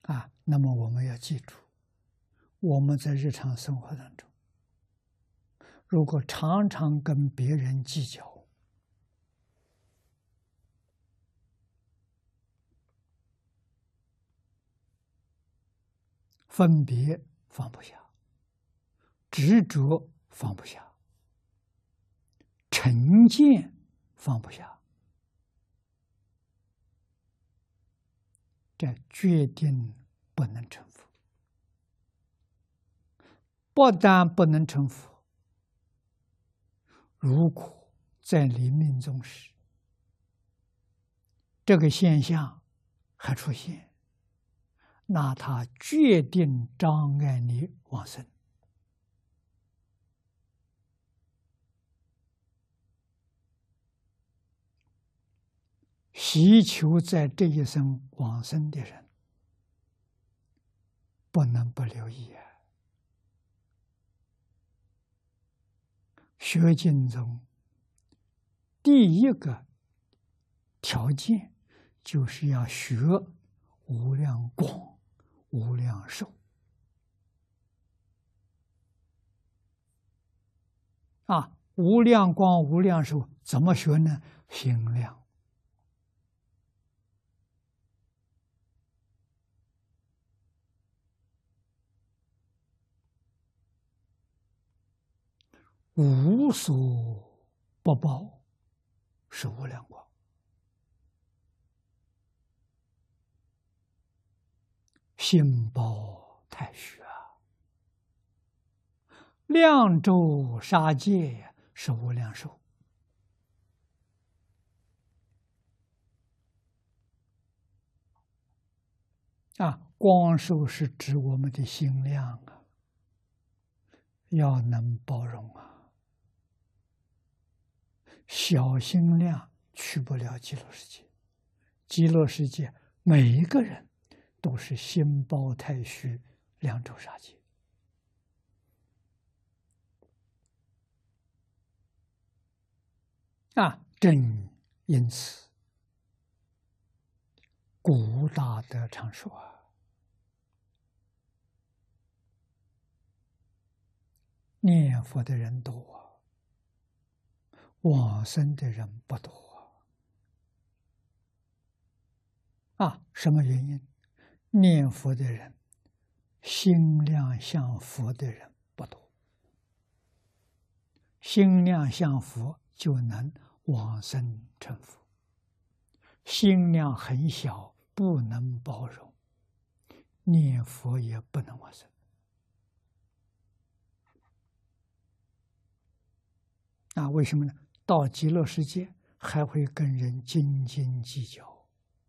那么我们要记住，我们在日常生活当中，如果常常跟别人计较，分别放不下，执着放不下，成见放不下，这决定不能成佛。不但不能成佛，如果在临命终时，这个现象还出现，那他决定障碍你往生。希求在这一生往生的人，不能不留意啊！学经中第一个条件，就是要学无量光、无量寿无量光、无量寿怎么学呢？心量。无所不报是无量光，心包太虚量周杀戒是无量寿光寿是指我们的心量要能包容小心量去不了极乐世界。极乐世界每一个人都是心包太虚，量周杀戒正因此，古大德常说念佛的人多，往生的人不多什么原因？念佛的人心量向佛的人不多，心量向佛就能往生成佛，心量很小，不能包容，念佛也不能往生为什么呢？到极乐世界还会跟人斤斤计较，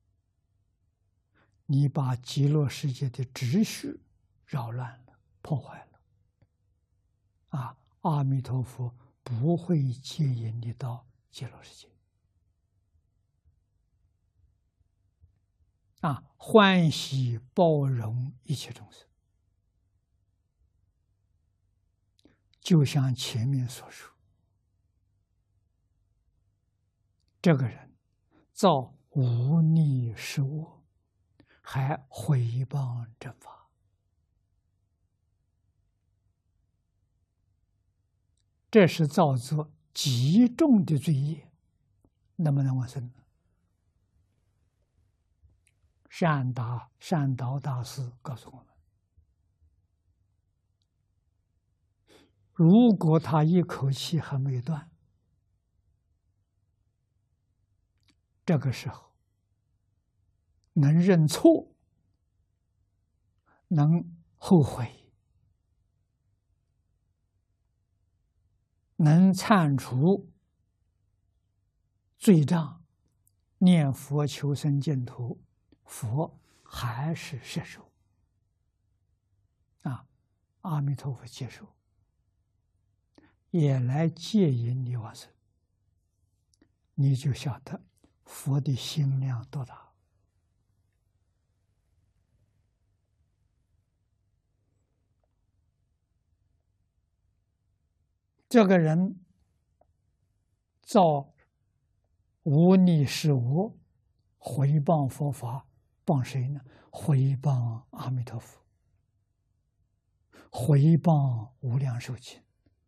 你把极乐世界的秩序扰乱了，破坏了阿弥陀佛不会接引你到极乐世界欢喜包容一切众生，就像前面所说，这个人造无逆施恶，还毁谤正法，这是造作极重的罪业，能不能往生呢？善导大师告诉我们，如果他一口气还没断，这个时候能认错，能后悔，能忏除罪障，念佛求生净土，佛还是摄受阿弥陀佛接受，也来接引你往生，你就晓得佛的心量多大。这个人造无逆施恶，毁谤佛法， 谤谁呢？回谤阿弥陀佛，回谤无量寿经，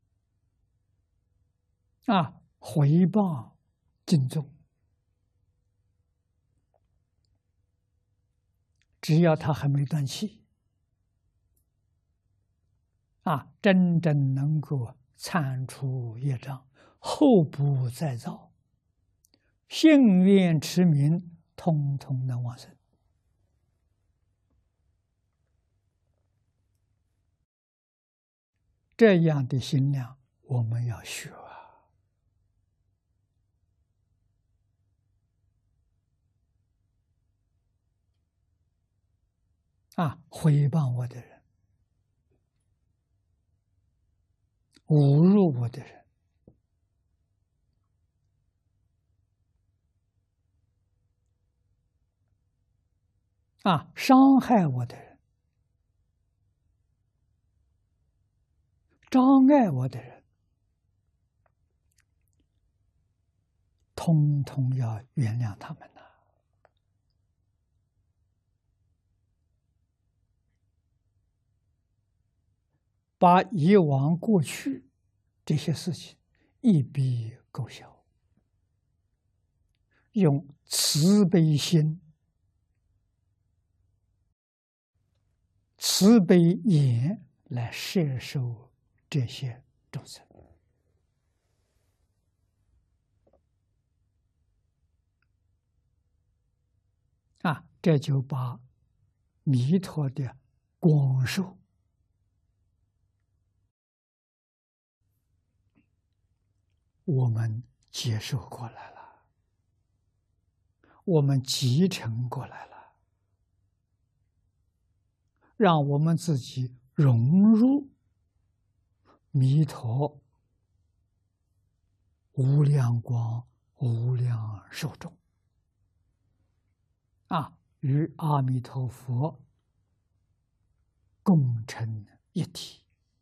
回谤经宗。只要他还没断气，真正能够铲除业障，后不再造，信愿持名，通通能往生。这样的心量，我们要学诽谤我的人，侮辱我的人，伤害我的人，障碍我的人，通通要原谅他们呐。把以往过去这些事情一笔勾销，用慈悲心、慈悲眼来摄受这些众生。这就把弥陀的光寿我们接受过来了，我们继承过来了，让我们自己融入弥陀无量光、无量寿中，与阿弥陀佛共成一体。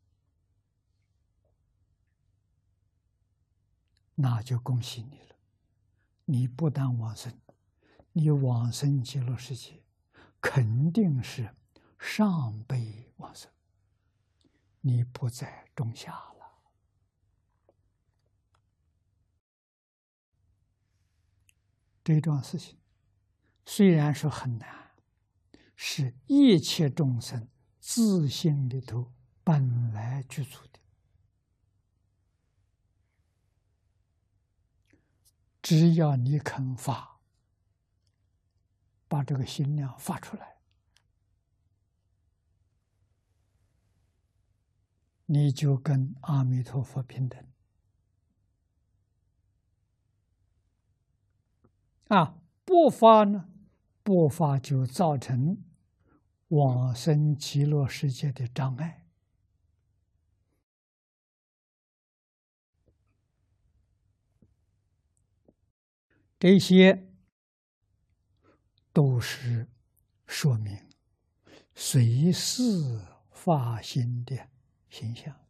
那就恭喜你了，你不但往生，你往生极乐世界肯定是上辈往生，你不在中下了。这桩事情虽然说很难，是一切众生自性里头本来具足的。只要你肯发，把这个心量发出来，你就跟阿弥陀佛平等。不发呢？不发就造成往生极乐世界的障碍。这些都是说明随事发心的形象。